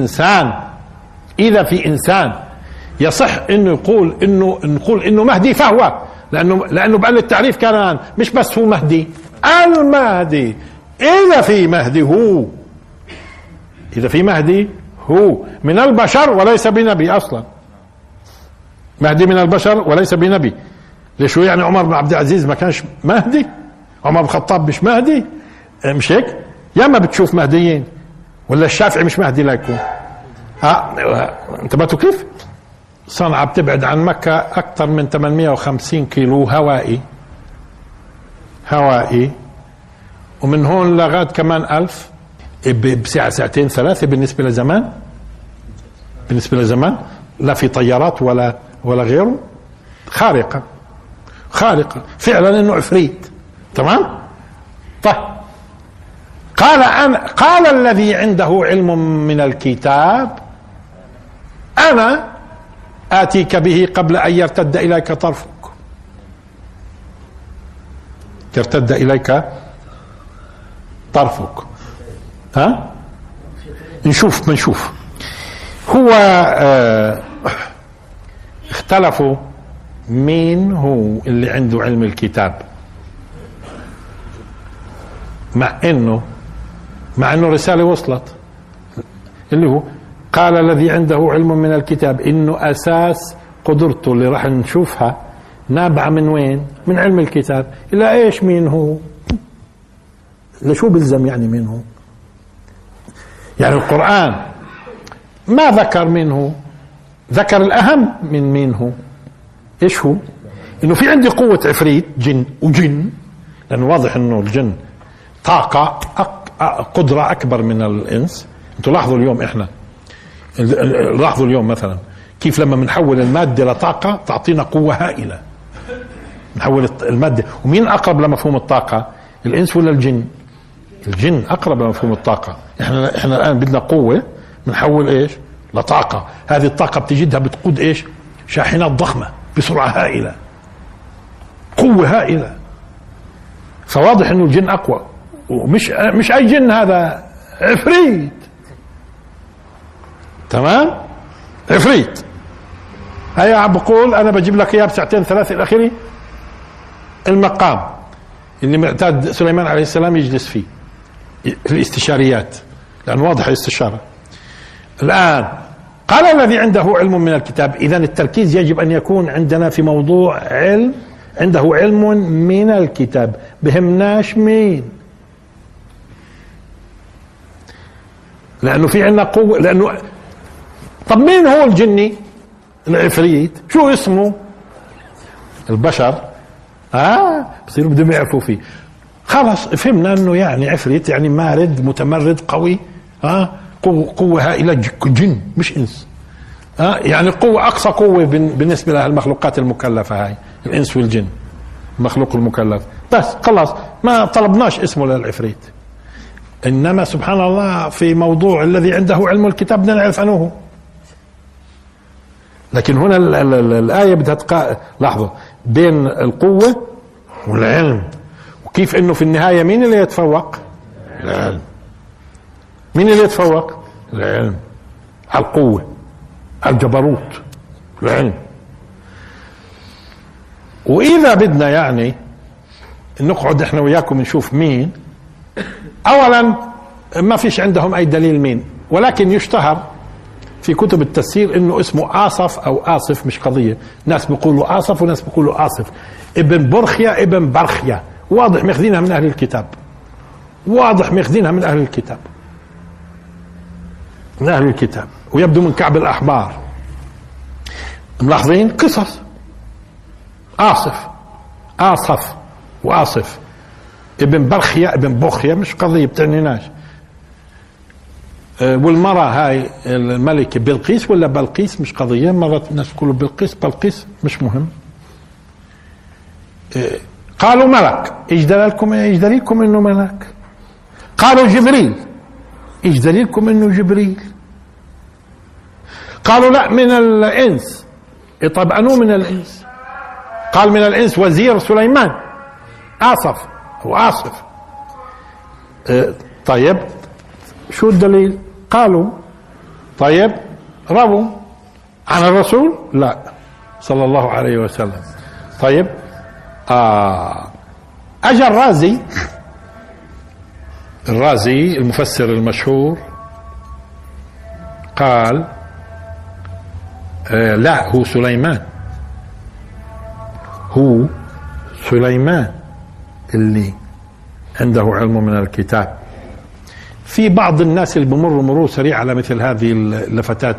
إنسان يصح إنه نقول إنه مهدي فهو، لأنه بقى التعريف كان مش بس هو مهدي، المهدي إذا في مهدي هو من البشر وليس بنبي أصلا. مهدي من البشر وليس بنبي. ليش هو يعني عمر بن عبد العزيز ما كانش مهدي؟ عمر بن الخطاب مش مهدي؟ مش هيك؟ يا ما بتشوف مهديين، ولا الشافعي مش مهدي لا يكون؟ انتبهتوا كيف؟ صنعاء بتبعد عن مكة أكثر من 850 كيلو هوائي، ومن هون لغاية كمان 1000 بساعة ساعتين ثلاثة بالنسبة لزمان، لا في طيارات ولا غيره. خارقة فعلا انه عفريت. تمام. طيب قال الذي عنده علم من الكتاب انا آتيك به قبل ان يرتد اليك طرفك. يرتد اليك طرفك. ها نشوف هو اختلفوا مين هو اللي عنده علم الكتاب، مع انه رسالة وصلت، اللي هو قال الذي عنده علم من الكتاب، انه اساس قدرته اللي راح نشوفها نابعة من وين؟ من علم الكتاب. الى ايش مين هو؟ لشو بلزم يعني مين هو؟ يعني القرآن ما ذكر منه، ذكر الأهم من مين هو. إيش هو؟ إنه في عندي قوة عفريت جن، لأنه واضح إنه الجن طاقة قدرة أكبر من الإنس. أنتوا لاحظوا اليوم مثلا كيف لما بنحول المادة لطاقة تعطينا قوة هائلة. نحول المادة، ومين أقرب لمفهوم الطاقة؟ الإنس ولا الجن؟ الجن أقرب لمفهوم الطاقة. إحنا الآن بدنا قوة بنحول إيش؟ لطاقة. هذه الطاقة بتجدها بتقود إيش؟ شاحنات ضخمة بسرعة هائلة، قوة هائلة. فواضح إنه الجن أقوى، ومش أي جن، هذا عفريت. تمام؟ عفريت. هيا بقول أنا بجيب لك إياه بساعتين ثلاثة إلى آخره. المقام اللي معتاد سليمان عليه السلام يجلس فيه في الاستشاريات، لأن واضح الاستشارة. الآن قال الذي عنده علم من الكتاب، إذا التركيز يجب أن يكون عندنا في موضوع علم، عنده علم من الكتاب. بهمناش مين، لأنه في عندنا قوة. لأنه طب مين هو الجني العفريت؟ شو اسمه؟ البشر بصيروا بدهم يعرفوا فيه. خلاص فهمنا انه يعني عفريت، يعني مارد متمرد قوي، قوة هائلة، جن مش انس. يعني قوة، اقصى قوة بالنسبة للمخلوقات المكلفة، هاي الانس والجن، المخلوق المكلف. بس خلاص ما طلبناش اسمه للعفريت. انما سبحان الله في موضوع الذي عنده علم الكتاب بدنا نعرف انه هو. لكن هنا الآية بدها لاحظوا بين القوة والعلم، وكيف انه في النهاية مين اللي يتفوق؟ العلم. مين اللي يتفوق؟ العلم على القوة، على الجبروت، العلم. وإذا بدنا يعني نقعد احنا وياكم نشوف مين، أولا ما فيش عندهم أي دليل مين، ولكن يشتهر في كتب التفسير انه اسمه آصف او آصف، مش قضية. ناس بيقولوا آصف وناس بيقولوا آصف. ابن برخيا ابن برخيا، واضح ماخذينها من اهل الكتاب، واضح ماخذينها من اهل الكتاب، من اهل الكتاب، ويبدو من كعب الاحبار. ملاحظين قصص آصف وآصف، ابن برخيا ابن بخيا، مش قضية بتعنيناش. والمرأة هاي الملكة بلقيس ولا بلقيس، مش قضية. مرات الناس يقولوا بلقيس مش مهم. قالوا ملك، ايش دليلكم انه ملك؟ قالوا جبريل، ايش دليلكم انه جبريل؟ قالوا لا من الانس، طب انو من الانس؟ قال من الانس وزير سليمان آصف او آصف. طيب شو الدليل؟ قالوا طيب رووا عن الرسول؟ لا صلى الله عليه وسلم. طيب اجى الرازي المفسر المشهور قال لا هو سليمان اللي عنده علم من الكتاب. في بعض الناس اللي بمروا مرور سريع على مثل هذه اللفتات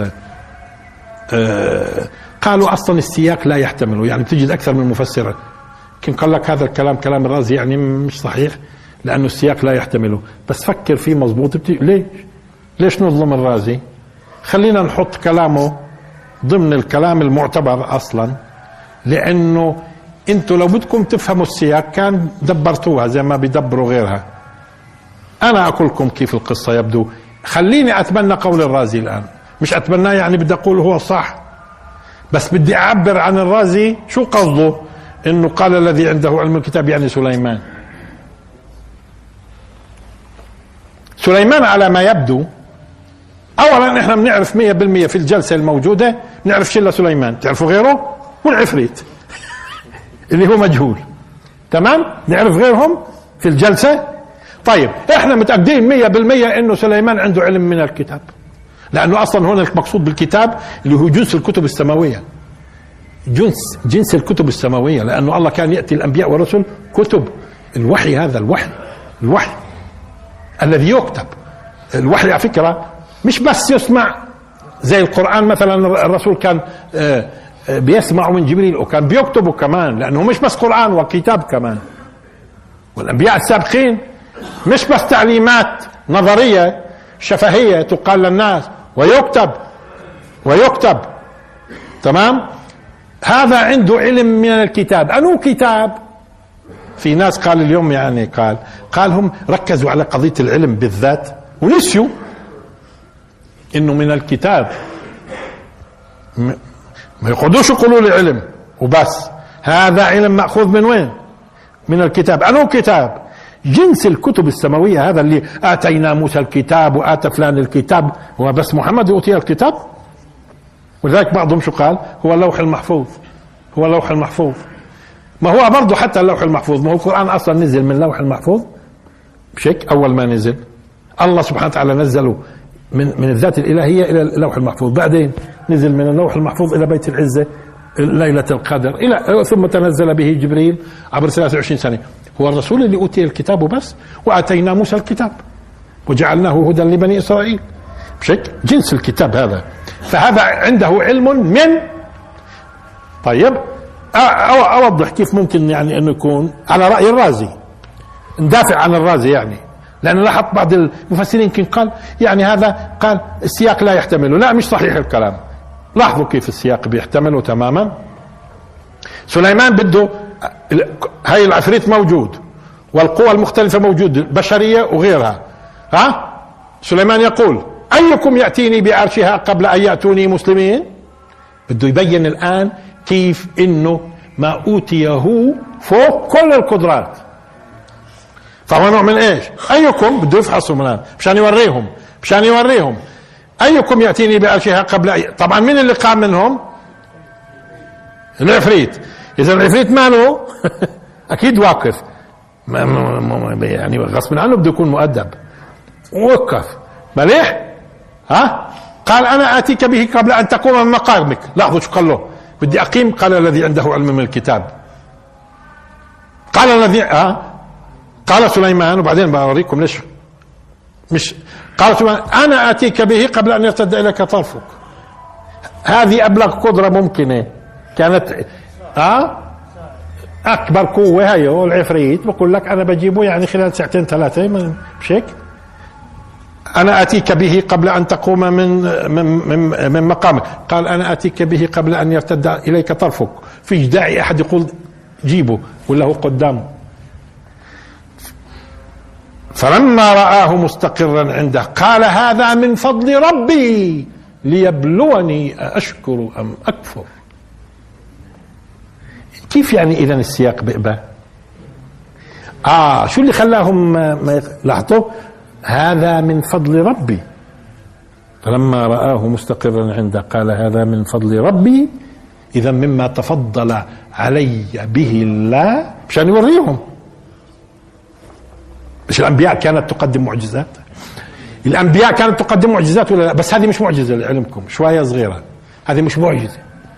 قالوا اصلا السياق لا يحتمله، يعني تجد اكثر من مفسر يمكن قال لك هذا الكلام كلام الرازي يعني مش صحيح لانه السياق لا يحتمله، بس فكر فيه مضبوط. ليش نظلم الرازي؟ خلينا نحط كلامه ضمن الكلام المعتبر اصلا، لانه انتوا لو بدكم تفهموا السياق كان دبرتوها زي ما بيدبروا غيرها. انا اقول لكم كيف القصه يبدو. خليني اتبنى قول الرازي الان، مش اتبناه يعني بدي اقول هو صح، بس بدي اعبر عن الرازي شو قصده انه قال الذي عنده علم الكتاب يعني سليمان. سليمان على ما يبدو اولا احنا بنعرف 100% في الجلسه الموجوده بنعرف شله سليمان، تعرفوا غيره؟ والعفريت اللي هو مجهول. تمام؟ نعرف غيرهم في الجلسه. طيب احنا متاكدين 100% انه سليمان عنده علم من الكتاب، لانه اصلا هنا المقصود بالكتاب اللي هو جنس الكتب السماويه، جنس الكتب السماويه، لانه الله كان ياتي الانبياء والرسل كتب. الوحي هذا الوحي الذي يكتب. الوحي على فكره مش بس يسمع زي القرآن مثلا، الرسول كان بيسمع من جبريل وكان بيكتبه كمان، لأنه مش بس قرآن وكتاب كمان. والأنبياء السابقين مش بس تعليمات نظرية شفهية تقال للناس، ويكتب. تمام؟ هذا عنده علم من الكتاب. أنو كتاب؟ في ناس قال اليوم يعني قال هم ركزوا على قضية العلم بالذات ونسيوا انه من الكتاب. ما يقعدوش يقولوا لي علم وبس، هذا علم مأخوذ من وين؟ من الكتاب. أنو كتاب؟ جنس الكتب السماوية، هذا اللي آتينا موسى الكتاب وآتى فلان الكتاب، هو بس محمد يؤتي الكتاب؟ ولذلك بعضهم شو قال؟ هو اللوح المحفوظ. ما هو برضه حتى اللوح المحفوظ، ما هو القرآن أصلا نزل من اللوح المحفوظ بشك. أول ما نزل الله سبحانه وتعالى نزله من الذات الإلهية إلى اللوح المحفوظ، بعدين نزل من اللوح المحفوظ إلى بيت العزة ليلة القدر، ثم تنزل به جبريل عبر 23 سنة. هو الرسول اللي أوتي الكتاب وبس، وآتينا موسى الكتاب وجعلناه هدى لبني إسرائيل بشكل جنس الكتاب هذا. فهذا عنده علم من. طيب أوضح كيف ممكن يعني أنه يكون على رأي الرازي، ندافع عن الرازي يعني، لأن لاحظت بعض المفسرين يمكن قال يعني هذا قال السياق لا يحتمله. لا، مش صحيح الكلام. لاحظوا كيف السياق بيحتمله تماما. سليمان بده هاي العفريت موجود والقوى المختلفة موجودة، بشرية وغيرها. سليمان يقول أيكم يأتيني بعرشها قبل أن يأتوني مسلمين. بده يبين الآن كيف إنه ما أوتيه فوق كل القدرات. فهو نوع من ايش؟ ايكم بده يفحصهم الان مشان يوريهم ايكم ياتيني بعرشها قبل طبعا مين اللي قام منهم؟ العفريت. اذا العفريت ماله اكيد واقف، يعني غصب عنه بده يكون مؤدب. وقف مليح. قال انا اتيك به قبل ان تقوم من مقامك. لاحظوا شو قال له؟ بدي اقيم. قال الذي عنده علم من الكتاب. قال الذي قال سليمان، وبعدين بوريكم ليش مش قال سليمان انا اتيك به قبل ان يرتد اليك طرفك. هذه ابلغ قدره ممكنه كانت. اكبر قوه هي والعفريت بقول لك انا بجيبه يعني خلال ساعتين ثلاثه مش هيك؟ انا اتيك به قبل ان تقوم من مقامك. قال انا اتيك به قبل ان يرتد اليك طرفك. فيش داعي احد يقول جيبه ولا هو قدامه. فلما رآه مستقرا عنده قال هذا من فضل ربي ليبلوني أشكر أم أكفر. كيف يعني إذن السياق بإبا؟ شو اللي خلاهم ما لاحظوا؟ هذا من فضل ربي. فلما رآه مستقرا عنده قال هذا من فضل ربي، إذا مما تفضل علي به الله مشان يوريهم. مش الأنبياء كانت تقدم معجزات؟ الأنبياء كانت تقدم معجزات ولا لا؟ بس هذه مش معجزة لعلمكم، شوية صغيرة، هذه مش معجزة،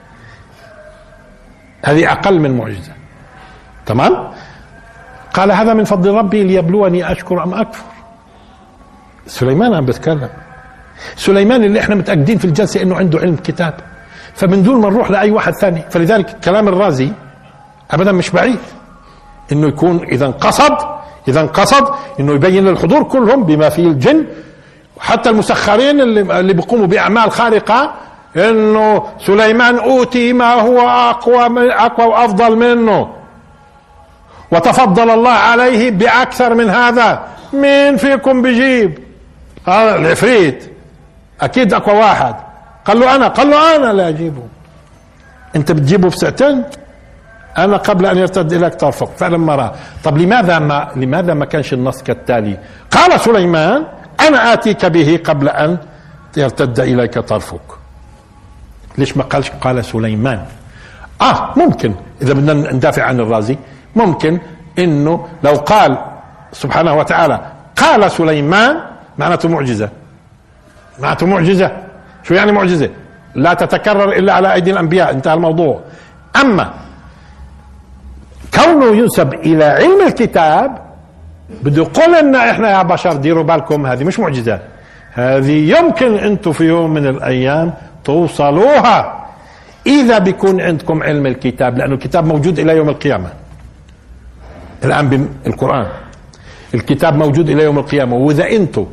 هذه أقل من معجزة. تمام؟ قال هذا من فضل ربي ليبلوني أشكر أم أكفر. سليمان عم بتكلم، سليمان اللي احنا متأكدين في الجلسة انه عنده علم كتاب، فمن دون ما نروح لأي واحد ثاني. فلذلك كلام الرازي أبدا مش بعيد انه يكون إذا قصد انه يبين للحضور كلهم بما فيه الجن وحتى المسخرين اللي بيقوموا بأعمال خارقة انه سليمان أوتي ما هو أقوى وأفضل منه، وتفضل الله عليه بأكثر من هذا. مين فيكم بيجيب؟ هذا العفريت أكيد أقوى واحد. قال له أنا لا أجيبه. أنت بتجيبه بساعتين؟ أنا قبل أن يرتد إليك طرفك. فلما رأى. طب لماذا ما كانش النص كالتالي؟ قال سليمان أنا آتيك به قبل أن يرتد إليك طرفك. ليش ما قالش قال سليمان؟ ممكن إذا بدنا ندافع عن الرازي، ممكن إنه لو قال سبحانه وتعالى قال سليمان معناته معجزة. شو يعني معجزة؟ لا تتكرر إلا على أيدي الأنبياء، انتهى الموضوع. أما كونه ينسب إلى علم الكتاب بده يقول لنا إحنا يا بشر ديروا بالكم، هذه مش معجزة، هذه يمكن أنتم في يوم من الأيام توصلوها إذا بيكون عندكم علم الكتاب، لأنه الكتاب موجود إلى يوم القيامة. الآن بالقرآن الكتاب موجود إلى يوم القيامة، وإذا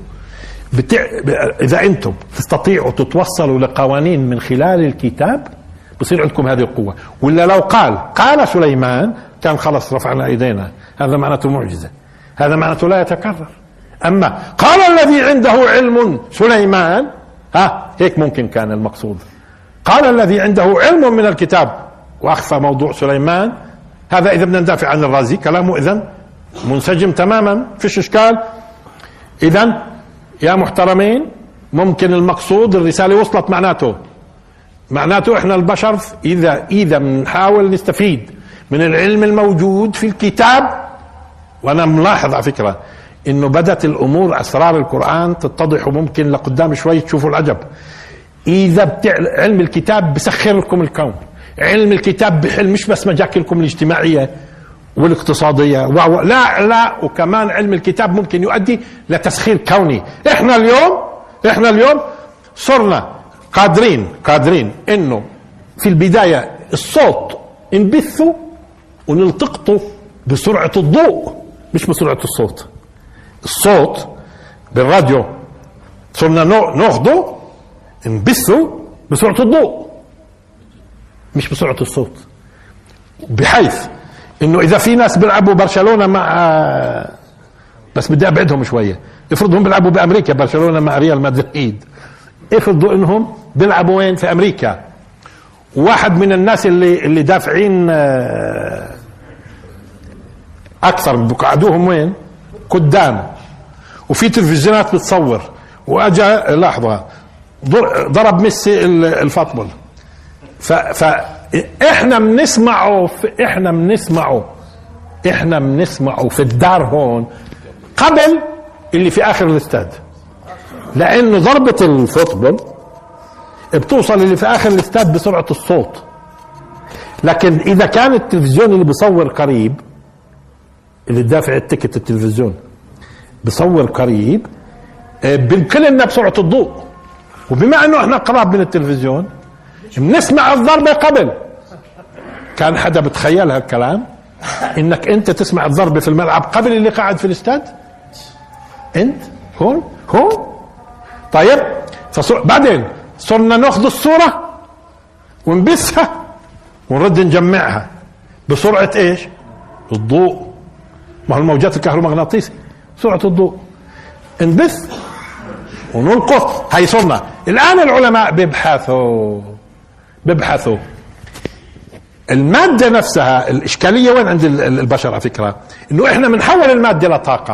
إذا أنتم تستطيعوا تتوصلوا لقوانين من خلال الكتاب بصير عندكم هذه القوة. ولا لو قال سليمان كان خلص رفعنا أيدينا، هذا معناته معجزة، هذا معناته لا يتكرر. أما قال الذي عنده علم سليمان، هيك ممكن كان المقصود. قال الذي عنده علم من الكتاب وأخفى موضوع سليمان. هذا إذا بدنا ندافع عن الرازي كلامه إذن منسجم تماما، فيش إشكال. إذن يا محترمين ممكن المقصود الرسالة وصلت. معناته إحنا البشر إذا بنحاول نستفيد من العلم الموجود في الكتاب. وأنا ملاحظ على فكرة إنه بدت الأمور أسرار القرآن تتضح، وممكن لقدام شوي تشوفوا العجب. إذا علم الكتاب بسخر لكم الكون، علم الكتاب بحل مش بس مشاكلكم الاجتماعية والاقتصادية لا، وكمان علم الكتاب ممكن يؤدي لتسخير كوني. احنا اليوم صرنا قادرين انه في البداية الصوت نبثه ونلتقطه بسرعة الضوء، مش بسرعة الصوت بالراديو صرنا ناخده نبثه بسرعة الضوء مش بسرعة الصوت، بحيث انه اذا في ناس بيلعبوا برشلونة مع، بس بدي ابعدهم شوية، افرضوا هم بيلعبوا بامريكا برشلونة مع ريال مدريد، افرضوا انهم بيلعبوا وين؟ في امريكا. واحد من الناس اللي دافعين اكثر بقعدوهم وين؟ قدام، وفي تلفزيونات بتصور، واجا لحظة ضرب ميسي الفاطبول. فاحنا بنسمعه في الدار هون قبل اللي في اخر الاستاد، لانه ضربة الفوتبول بتوصل اللي في اخر الاستاد بسرعة الصوت. لكن اذا كان التلفزيون اللي بيصور قريب، اللي دافع التيكت التلفزيون بصور قريب، بنقل لنا بسرعة الضوء، وبما انه احنا قراب من التلفزيون بنسمع الضربة قبل. كان حدا بتخيل هالكلام؟ انك انت تسمع الضربة في الملعب قبل اللي قاعد في الاستاد؟ انت هون طيب. بعدين صرنا ناخذ الصورة ونبثها ونرد نجمعها بسرعة ايش؟ الضوء. ما هو الموجات الكهرومغناطيسية سرعة الضوء. نبث ونلقط. هي صرنا الآن العلماء بيبحثوا المادة نفسها. الإشكالية وين عند البشر على فكرة؟ إنه إحنا بنحول المادة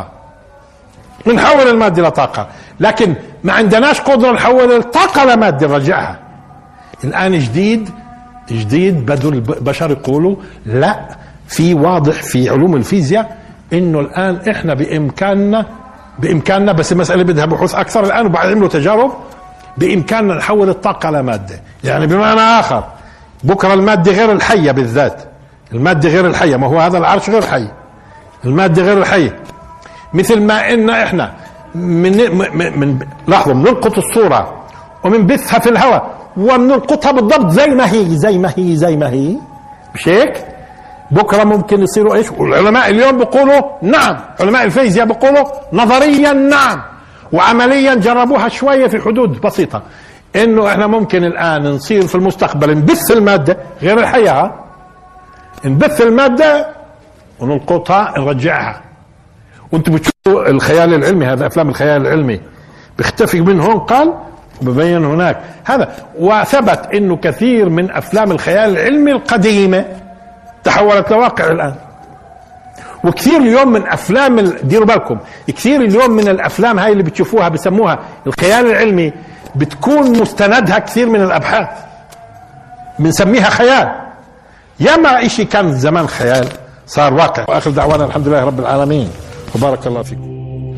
لطاقة، لكن ما عندناش قدرة نحول الطاقة لمادة نرجعها. الآن جديد بدوا البشر يقولوا لا، في واضح في علوم الفيزياء إنه الآن إحنا بإمكاننا بس المسألة بدها بحوث أكثر الآن، وبعد عملوا تجارب بإمكاننا نحول الطاقة لمادة. يعني بمعنى آخر بكرة المادة غير الحية، بالذات المادة غير الحية، ما هو هذا العرش غير حي، المادة غير الحية. مثل ما إن إحنا لاحظوا بنلقط الصورة وبنبثها في الهواء وبنلقطها بالضبط زي ما هي مش هيك؟ بكرة ممكن يصيروا ايش؟ والعلماء اليوم بيقولوا نعم، علماء الفيزياء بيقولوا نظريا نعم، وعمليا جربوها شوية في حدود بسيطة، انه احنا ممكن الان نصير في المستقبل نبث المادة غير الحية، نبث المادة ونلقطها نرجعها. وانتم بتشوفوا الخيال العلمي، هذا افلام الخيال العلمي بيختفي من هون قال وببين هناك هذا. وثبت انه كثير من افلام الخيال العلمي القديمة تحولت لواقع الان. وكثير اليوم من افلام ديروا بالكم، كثير اليوم من الافلام هاي اللي بتشوفوها بسموها الخيال العلمي بتكون مستندها كثير من الابحاث، بنسميها خيال. ياما اشي كان زمان خيال صار واقع. واخر دعوانا الحمد لله رب العالمين، وبارك الله فيكم.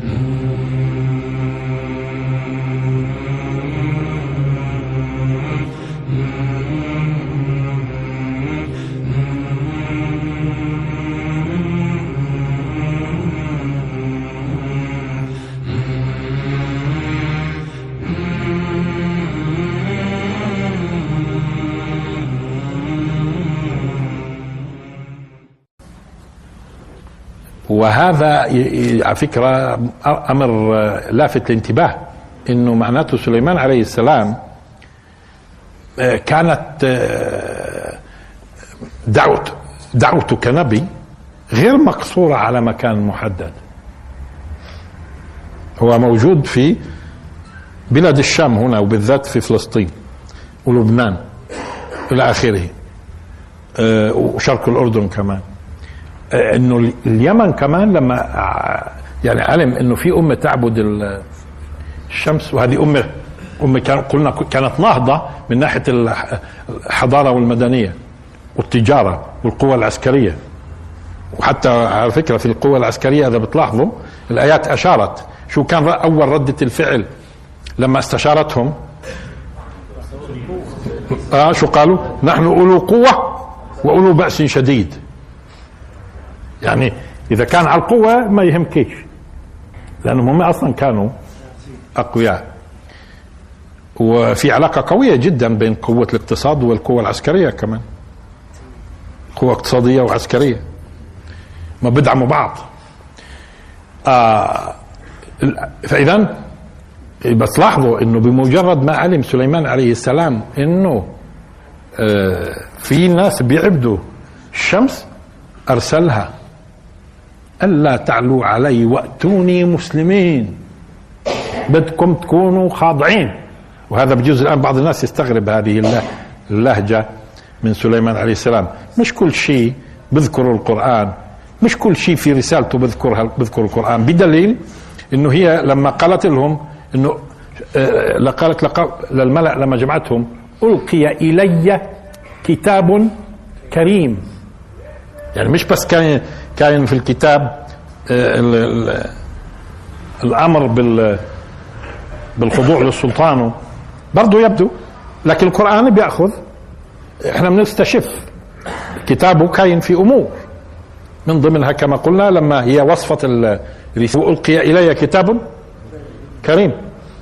وهذا على فكرة أمر لافت للانتباه، إنه معناته سليمان عليه السلام كانت دعوته كنبي غير مقصورة على مكان محدد. هو موجود في بلاد الشام هنا، وبالذات في فلسطين ولبنان إلى آخره، وشرق الأردن كمان. انه اليمن كمان لما يعني علم انه في امه تعبد الشمس، وهذه امه قلنا كانت نهضه من ناحيه الحضاره والمدنيه والتجاره والقوى العسكريه. وحتى على فكره في القوى العسكريه اذا بتلاحظوا الايات اشارت شو كان اول رده الفعل لما استشارتهم. شو قالوا؟ نحن اولو قوه واولو باس شديد. يعني إذا كان على القوة ما يهمكيش، لأنهم هم أصلا كانوا أقوياء. وفي علاقة قوية جدا بين قوة الاقتصاد والقوة العسكرية كمان، قوة اقتصادية وعسكرية ما بدعموا بعض. فإذا بس لاحظوا إنه بمجرد ما علم سليمان عليه السلام إنه في ناس بيعبدوا الشمس أرسلها ألا تعلوا علي وأتوني مسلمين، بدكم تكونوا خاضعين. وهذا بجوز الآن بعض الناس يستغرب هذه اللهجة من سليمان عليه السلام. مش كل شيء بذكر القرآن، مش كل شيء في رسالته بذكر القرآن، بدليل إنه هي لما قالت لهم إنه قالت للملأ لما جمعتهم ألقي إلي كتاب كريم. يعني مش بس كان في الكتاب الأمر بالخضوع للسلطان برضو يبدو، لكن القرآن بيأخذ، احنا بنستشف كتابه كاين في أمور من ضمنها كما قلنا لما هي وصفة الرسالة ألقي إلي كتاب كريم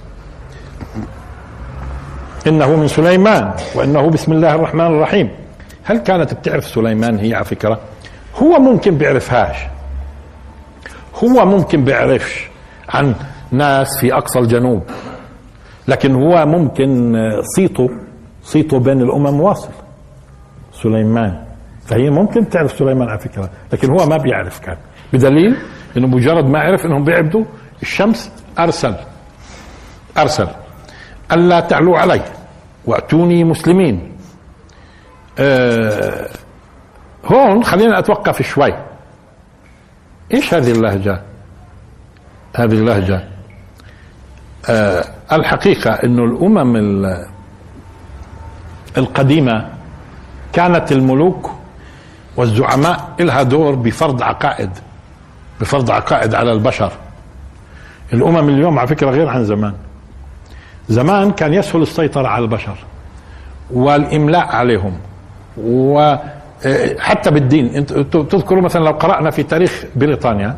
إنه من سليمان وإنه بسم الله الرحمن الرحيم. هل كانت بتعرف سليمان هي على فكرة؟ هو ممكن بيعرفهاش، هو ممكن بيعرفش عن ناس في أقصى الجنوب، لكن هو ممكن صيته بين الأمم واصل سليمان. فهي ممكن تعرف سليمان على فكرة، لكن هو ما بيعرف كان، بدليل انه مجرد ما عرف انهم بيعبدوا الشمس ارسل الا تعلوا علي واتوني مسلمين. هون خلينا اتوقف شوي. ايش هذه اللهجة؟ هذه اللهجة الحقيقة انه الامم القديمة كانت الملوك والزعماء لها دور بفرض عقائد على البشر. الامم اليوم على فكرة غير عن زمان. زمان كان يسهل السيطرة على البشر والاملاء عليهم، وحتى بالدين. انتم تذكروا مثلا لو قرأنا في تاريخ بريطانيا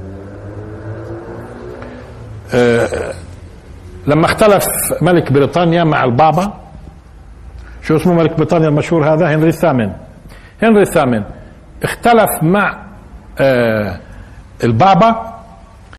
لما اختلف ملك بريطانيا مع البابا، شو اسمه ملك بريطانيا المشهور هذا؟ هنري الثامن اختلف مع البابا